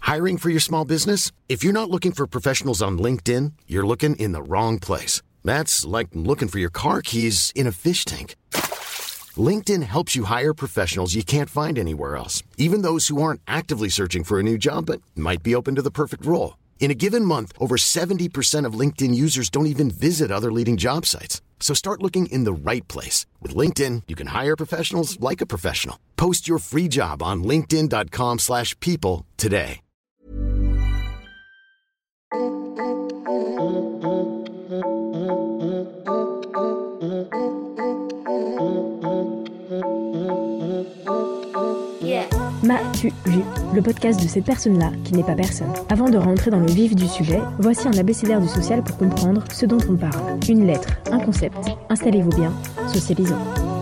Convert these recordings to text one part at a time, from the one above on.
Hiring for your small business? If you're not looking for professionals on LinkedIn, you're looking in the wrong place. That's like looking for your car keys in a fish tank. LinkedIn helps you hire professionals you can't find anywhere else, even those who aren't actively searching for a new job but might be open to the perfect role. In a given month, over 70% of LinkedIn users don't even visit other leading job sites. So start looking in the right place. With LinkedIn, you can hire professionals like a professional. Post your free job on linkedin.com/people today. M'as-tu vu, le podcast de cette personne-là qui n'est pas personne. Avant de rentrer dans le vif du sujet, voici un abécédaire du social pour comprendre ce dont on parle. Une lettre, un concept. Installez-vous bien, socialisons.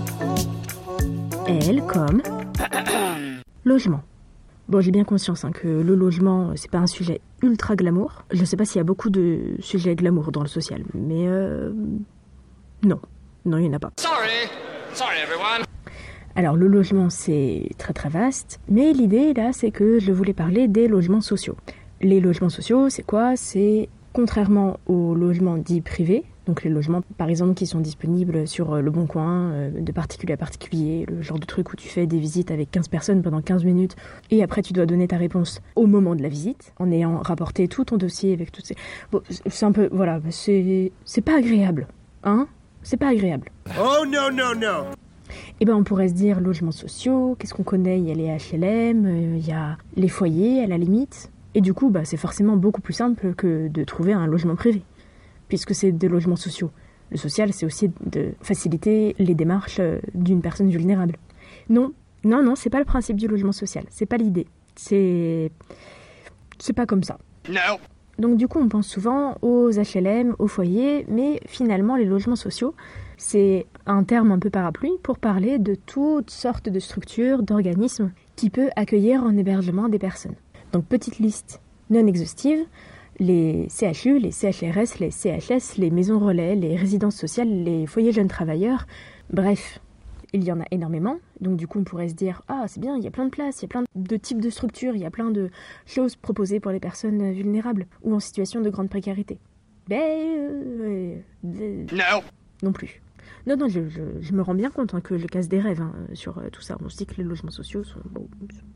L comme logement. Bon, j'ai bien conscience que le logement, c'est pas un sujet ultra glamour. Je sais pas s'il y a beaucoup de sujets glamour dans le social, mais non, il n'y en a pas. Sorry everyone. Alors le logement c'est très très vaste, mais l'idée là c'est que je voulais parler des logements sociaux. Les logements sociaux c'est quoi ? C'est contrairement aux logements dits privés, donc les logements par exemple qui sont disponibles sur Le Bon Coin, de particulier à particulier, le genre de truc où tu fais des visites avec 15 personnes pendant 15 minutes et après tu dois donner ta réponse au moment de la visite en ayant rapporté tout ton dossier avec toutes ces... Bon, c'est un peu... Voilà, c'est pas agréable, hein ? C'est pas agréable. Oh non, non, non. Eh ben on pourrait se dire logements sociaux, qu'est-ce qu'on connaît ? Il y a les HLM, il y a les foyers à la limite. Et du coup, c'est forcément beaucoup plus simple que de trouver un logement privé, puisque c'est des logements sociaux. Le social, c'est aussi de faciliter les démarches d'une personne vulnérable. Non, c'est pas le principe du logement social, c'est pas l'idée. C'est pas comme ça. Non. Donc du coup, on pense souvent aux HLM, aux foyers, mais finalement, les logements sociaux, c'est un terme un peu parapluie pour parler de toutes sortes de structures, d'organismes qui peuvent accueillir en hébergement des personnes. Donc petite liste non exhaustive, les CHU, les CHRS, les CHS, les maisons relais, les résidences sociales, les foyers jeunes travailleurs, bref, il y en a énormément. Donc du coup on pourrait se dire « Ah c'est bien, il y a plein de places, il y a plein de types de structures, il y a plein de choses proposées pour les personnes vulnérables ou en situation de grande précarité. » Non plus. Non, je me rends bien compte que je casse des rêves sur tout ça. On se dit que les logements sociaux sont... Bon,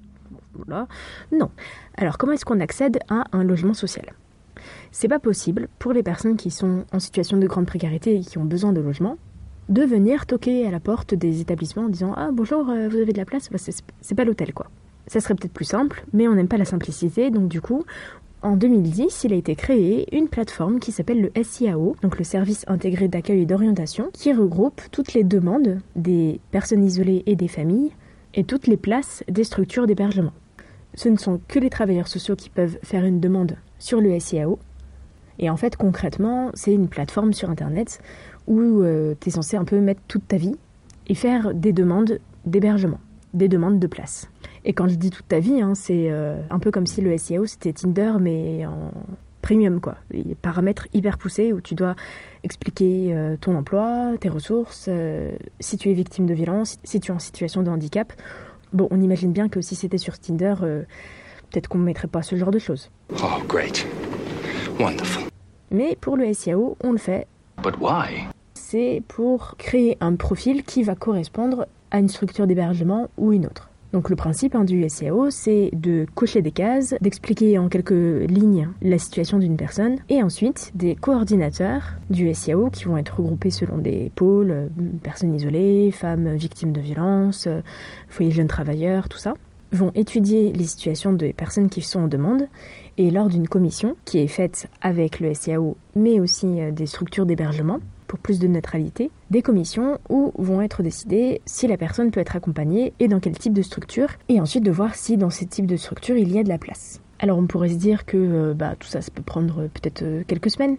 voilà. Non. Alors, comment est-ce qu'on accède à un logement social ? C'est pas possible pour les personnes qui sont en situation de grande précarité et qui ont besoin de logement de venir toquer à la porte des établissements en disant « Ah, bonjour, vous avez de la place ?» C'est pas l'hôtel, quoi. Ça serait peut-être plus simple, mais on n'aime pas la simplicité, donc du coup... En 2010, il a été créé une plateforme qui s'appelle le SIAO, donc le Service Intégré d'Accueil et d'Orientation, qui regroupe toutes les demandes des personnes isolées et des familles et toutes les places des structures d'hébergement. Ce ne sont que les travailleurs sociaux qui peuvent faire une demande sur le SIAO. Et en fait, concrètement, c'est une plateforme sur Internet où tu es censé un peu mettre toute ta vie et faire des demandes d'hébergement, des demandes de place. Et quand je dis toute ta vie, c'est un peu comme si le SIAO c'était Tinder mais en premium quoi. Des paramètres hyper poussés où tu dois expliquer ton emploi, tes ressources, si tu es victime de violence, si tu es en situation de handicap. Bon, on imagine bien que si c'était sur Tinder, peut-être qu'on ne mettrait pas ce genre de choses. Oh, great. Wonderful. Mais pour le SIAO, on le fait. But why? C'est pour créer un profil qui va correspondre à une structure d'hébergement ou une autre. Donc le principe du SIAO, c'est de cocher des cases, d'expliquer en quelques lignes la situation d'une personne, et ensuite des coordinateurs du SIAO qui vont être regroupés selon des pôles, personnes isolées, femmes victimes de violences, foyers jeunes travailleurs, tout ça, vont étudier les situations des personnes qui sont en demande, et lors d'une commission qui est faite avec le SIAO, mais aussi des structures d'hébergement, pour plus de neutralité, des commissions où vont être décidées si la personne peut être accompagnée et dans quel type de structure, et ensuite de voir si dans ces types de structures il y a de la place. Alors on pourrait se dire que tout ça peut prendre peut-être quelques semaines,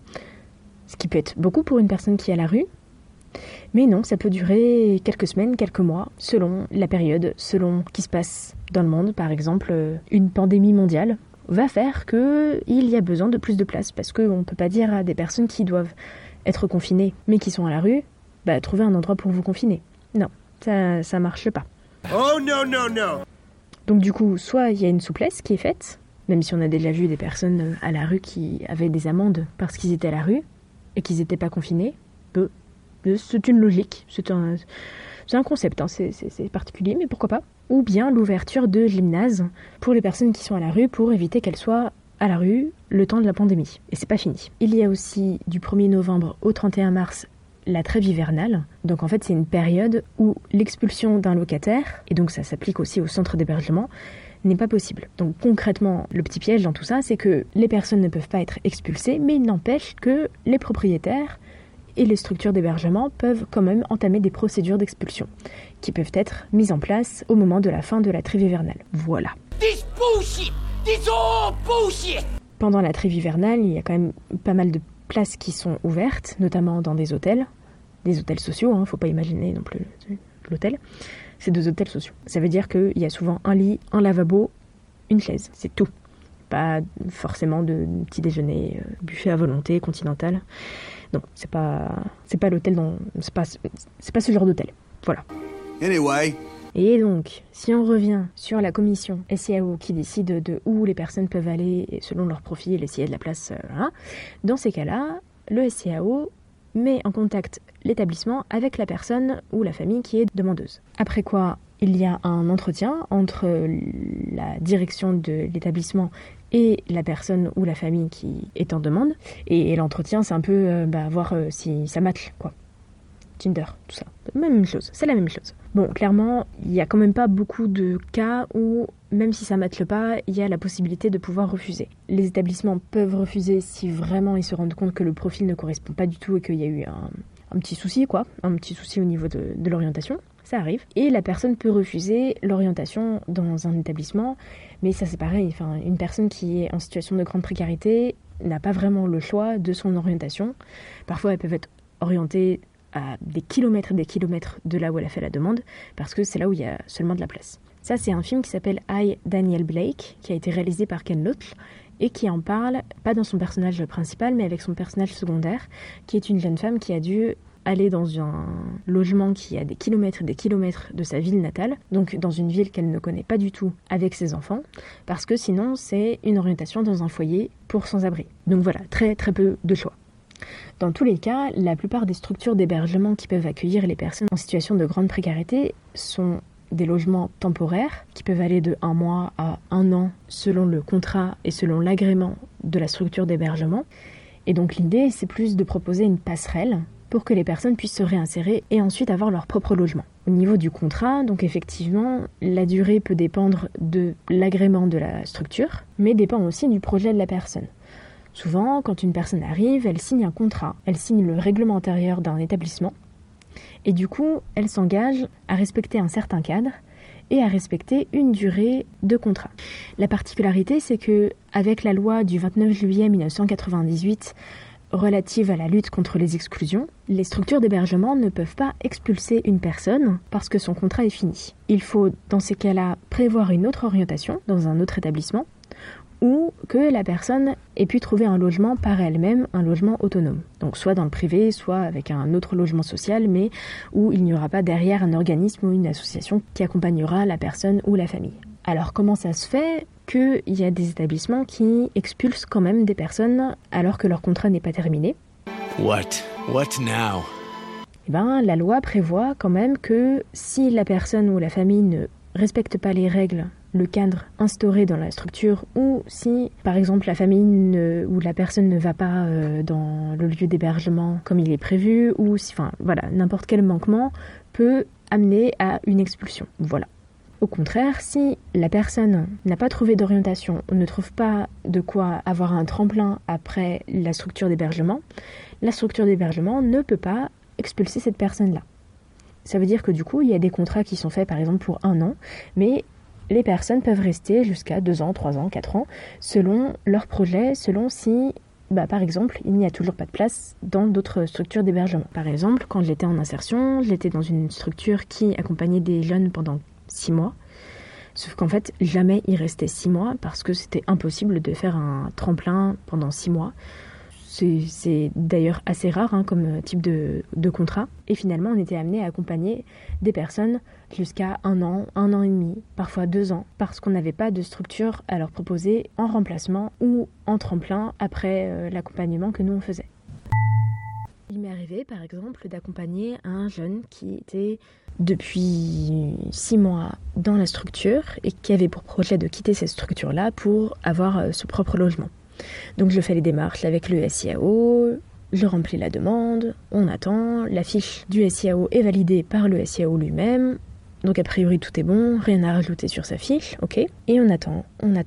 ce qui peut être beaucoup pour une personne qui est à la rue, mais non, ça peut durer quelques semaines, quelques mois, selon la période, selon ce qui se passe dans le monde. Par exemple, une pandémie mondiale va faire qu'il y a besoin de plus de place, parce qu'on ne peut pas dire à des personnes qui doivent être confinés, mais qui sont à la rue, trouver un endroit pour vous confiner. Non, ça marche pas. Oh non, non, non. Donc du coup, soit il y a une souplesse qui est faite, Même si on a déjà vu des personnes à la rue qui avaient des amendes parce qu'ils étaient à la rue et qu'ils n'étaient pas confinés, c'est une logique, c'est un concept, hein, c'est particulier, mais pourquoi pas. Ou bien l'ouverture de gymnases pour les personnes qui sont à la rue pour éviter qu'elles soient à la rue le temps de la pandémie. Et c'est pas fini. Il y a aussi du 1er novembre au 31 mars la trêve hivernale. Donc en fait c'est une période où l'expulsion d'un locataire, et donc ça s'applique aussi au centre d'hébergement, n'est pas possible. Donc concrètement, le petit piège dans tout ça, c'est que les personnes ne peuvent pas être expulsées, mais il n'empêche que les propriétaires et les structures d'hébergement peuvent quand même entamer des procédures d'expulsion qui peuvent être mises en place au moment de la fin de la trêve hivernale. Voilà. This bullshit! This all bullshit! Pendant la trêve hivernale, il y a quand même pas mal de places qui sont ouvertes, notamment dans des hôtels sociaux, hein, faut pas imaginer non plus l'hôtel. C'est des hôtels sociaux. Ça veut dire qu'il y a souvent un lit, un lavabo, une chaise, c'est tout. Pas forcément de petit déjeuner, buffet à volonté, continental. Non, c'est pas l'hôtel c'est pas ce genre d'hôtel. Voilà. Anyway. Et donc, si on revient sur la commission SIAO qui décide de où les personnes peuvent aller selon leur profil et s'il y a de la place, dans ces cas-là, le SIAO met en contact l'établissement avec la personne ou la famille qui est demandeuse. Après quoi, il y a un entretien entre la direction de l'établissement et la personne ou la famille qui est en demande. Et l'entretien, c'est un peu voir si ça match, quoi. Tinder, tout ça. Même chose, c'est la même chose. Bon, clairement, il n'y a quand même pas beaucoup de cas où, même si ça ne matche pas, il y a la possibilité de pouvoir refuser. Les établissements peuvent refuser si vraiment ils se rendent compte que le profil ne correspond pas du tout et qu'il y a eu un petit souci, quoi. Un petit souci au niveau de l'orientation. Ça arrive. Et la personne peut refuser l'orientation dans un établissement, mais ça c'est pareil. Enfin, une personne qui est en situation de grande précarité n'a pas vraiment le choix de son orientation. Parfois, elles peuvent être orientées à des kilomètres et des kilomètres de là où elle a fait la demande, parce que c'est là où il y a seulement de la place. Ça, c'est un film qui s'appelle I, Daniel Blake, qui a été réalisé par Ken Loach, et qui en parle, pas dans son personnage principal, mais avec son personnage secondaire, qui est une jeune femme qui a dû aller dans un logement qui a des kilomètres et des kilomètres de sa ville natale, donc dans une ville qu'elle ne connaît pas du tout avec ses enfants, parce que sinon, c'est une orientation dans un foyer pour sans-abri. Donc voilà, très très peu de choix. Dans tous les cas, la plupart des structures d'hébergement qui peuvent accueillir les personnes en situation de grande précarité sont des logements temporaires qui peuvent aller de 1 mois à 1 an selon le contrat et selon l'agrément de la structure d'hébergement. Et donc l'idée, c'est plus de proposer une passerelle pour que les personnes puissent se réinsérer et ensuite avoir leur propre logement. Au niveau du contrat, donc effectivement, la durée peut dépendre de l'agrément de la structure, mais dépend aussi du projet de la personne. Souvent, quand une personne arrive, elle signe un contrat, elle signe le règlement intérieur d'un établissement, et du coup, elle s'engage à respecter un certain cadre et à respecter une durée de contrat. La particularité, c'est que avec la loi du 29 juillet 1998 relative à la lutte contre les exclusions, les structures d'hébergement ne peuvent pas expulser une personne parce que son contrat est fini. Il faut, dans ces cas-là, prévoir une autre orientation dans un autre établissement, ou que la personne ait pu trouver un logement par elle-même, un logement autonome. Donc soit dans le privé, soit avec un autre logement social, mais où il n'y aura pas derrière un organisme ou une association qui accompagnera la personne ou la famille. Alors comment ça se fait qu'il y a des établissements qui expulsent quand même des personnes alors que leur contrat n'est pas terminé ? What now? Eh ben, la loi prévoit quand même que si la personne ou la famille ne respecte pas les règles, le cadre instauré dans la structure, ou si, par exemple, la famille ou la personne ne va pas dans le lieu d'hébergement comme il est prévu, ou si, enfin, voilà, n'importe quel manquement peut amener à une expulsion. Voilà. Au contraire, si la personne n'a pas trouvé d'orientation, ou ne trouve pas de quoi avoir un tremplin après la structure d'hébergement ne peut pas expulser cette personne-là. Ça veut dire que du coup, il y a des contrats qui sont faits par exemple pour 1 an, mais les personnes peuvent rester jusqu'à 2 ans, 3 ans, 4 ans, selon leur projet, selon si, par exemple, il n'y a toujours pas de place dans d'autres structures d'hébergement. Par exemple, quand j'étais en insertion, j'étais dans une structure qui accompagnait des jeunes pendant 6 mois. Sauf qu'en fait, jamais il restait 6 mois parce que c'était impossible de faire un tremplin pendant 6 mois. C'est d'ailleurs assez rare comme type de contrat. Et finalement, on était amené à accompagner des personnes jusqu'à 1 an, 1 an et demi, parfois 2 ans, parce qu'on n'avait pas de structure à leur proposer en remplacement ou en tremplin après l'accompagnement que nous on faisait. Il m'est arrivé, par exemple, d'accompagner un jeune qui était depuis 6 mois dans la structure et qui avait pour projet de quitter cette structure-là pour avoir son propre logement. Donc je fais les démarches avec le SIAO, je remplis la demande, on attend, la fiche du SIAO est validée par le SIAO lui-même, donc a priori tout est bon, rien à rajouter sur sa fiche, ok. Et on attend.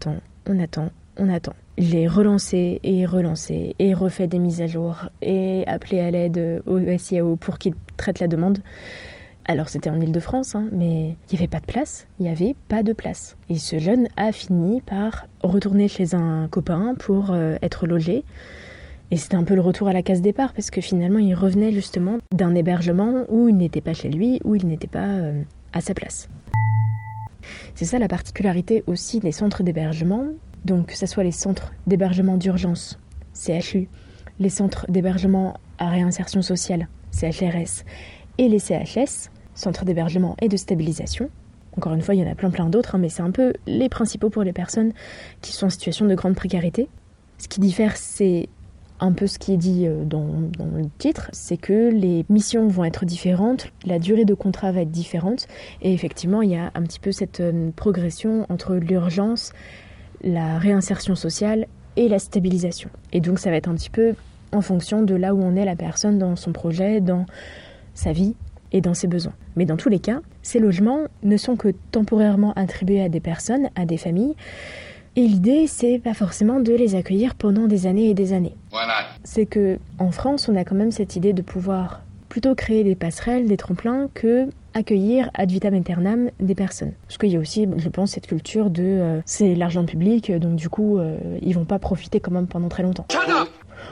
J'ai relancé et refait des mises à jour et appelé à l'aide au SIAO pour qu'il traite la demande. Alors c'était en Ile-de-France, mais il n'y avait pas de place, Et ce jeune a fini par retourner chez un copain pour être logé. Et c'était un peu le retour à la case départ, parce que finalement il revenait justement d'un hébergement où il n'était pas chez lui, où il n'était pas à sa place. C'est ça la particularité aussi des centres d'hébergement, donc que ce soit les centres d'hébergement d'urgence, CHU, les centres d'hébergement à réinsertion sociale, CHRS, et les CHS, centres d'hébergement et de stabilisation. Encore une fois, il y en a plein d'autres, mais c'est un peu les principaux pour les personnes qui sont en situation de grande précarité. Ce qui diffère, c'est un peu ce qui est dit dans le titre, c'est que les missions vont être différentes, la durée de contrat va être différente, et effectivement, il y a un petit peu cette progression entre l'urgence, la réinsertion sociale et la stabilisation. Et donc, ça va être un petit peu en fonction de là où on est la personne dans son projet, dans sa vie et dans ses besoins. Mais dans tous les cas, ces logements ne sont que temporairement attribués à des personnes, à des familles, et l'idée, c'est pas forcément de les accueillir pendant des années et des années. C'est que en France, on a quand même cette idée de pouvoir plutôt créer des passerelles, des tremplins, que accueillir ad vitam aeternam des personnes. Parce qu'il y a aussi, je pense, cette culture de c'est l'argent public, donc du coup, ils vont pas profiter quand même pendant très longtemps. Shut up!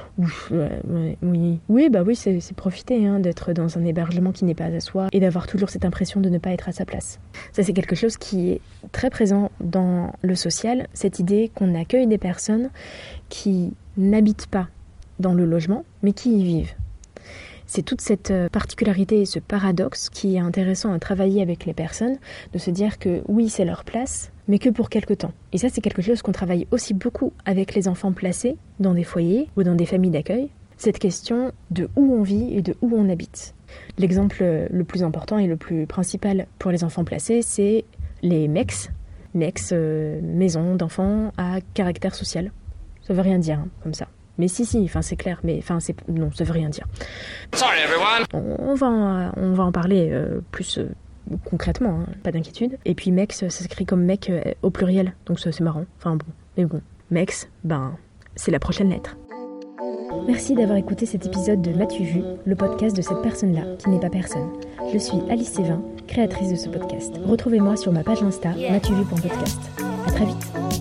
Oui, c'est profiter d'être dans un hébergement qui n'est pas à soi et d'avoir toujours cette impression de ne pas être à sa place. Ça, c'est quelque chose qui est très présent dans le social, cette idée qu'on accueille des personnes qui n'habitent pas dans le logement, mais qui y vivent. C'est toute cette particularité et ce paradoxe qui est intéressant à travailler avec les personnes, de se dire que oui, c'est leur place, mais que pour quelque temps. Et ça, c'est quelque chose qu'on travaille aussi beaucoup avec les enfants placés dans des foyers ou dans des familles d'accueil. Cette question de où on vit et de où on habite. L'exemple le plus important et le plus principal pour les enfants placés, c'est les MEX, maisons d'enfants à caractère social. Ça veut rien dire, comme ça. Mais si, c'est clair, non, ça veut rien dire. Sorry, everyone. On va en parler plus concrètement, pas d'inquiétude. Et puis MEX, ça s'écrit comme mec au pluriel, donc ça, c'est marrant. Mais bon, MEX, c'est la prochaine lettre. Merci d'avoir écouté cet épisode de M'as-tu vu, le podcast de cette personne-là qui n'est pas personne. Je suis Alice Sévin, créatrice de ce podcast. Retrouvez-moi sur ma page Insta, matuvu.podcast. À très vite.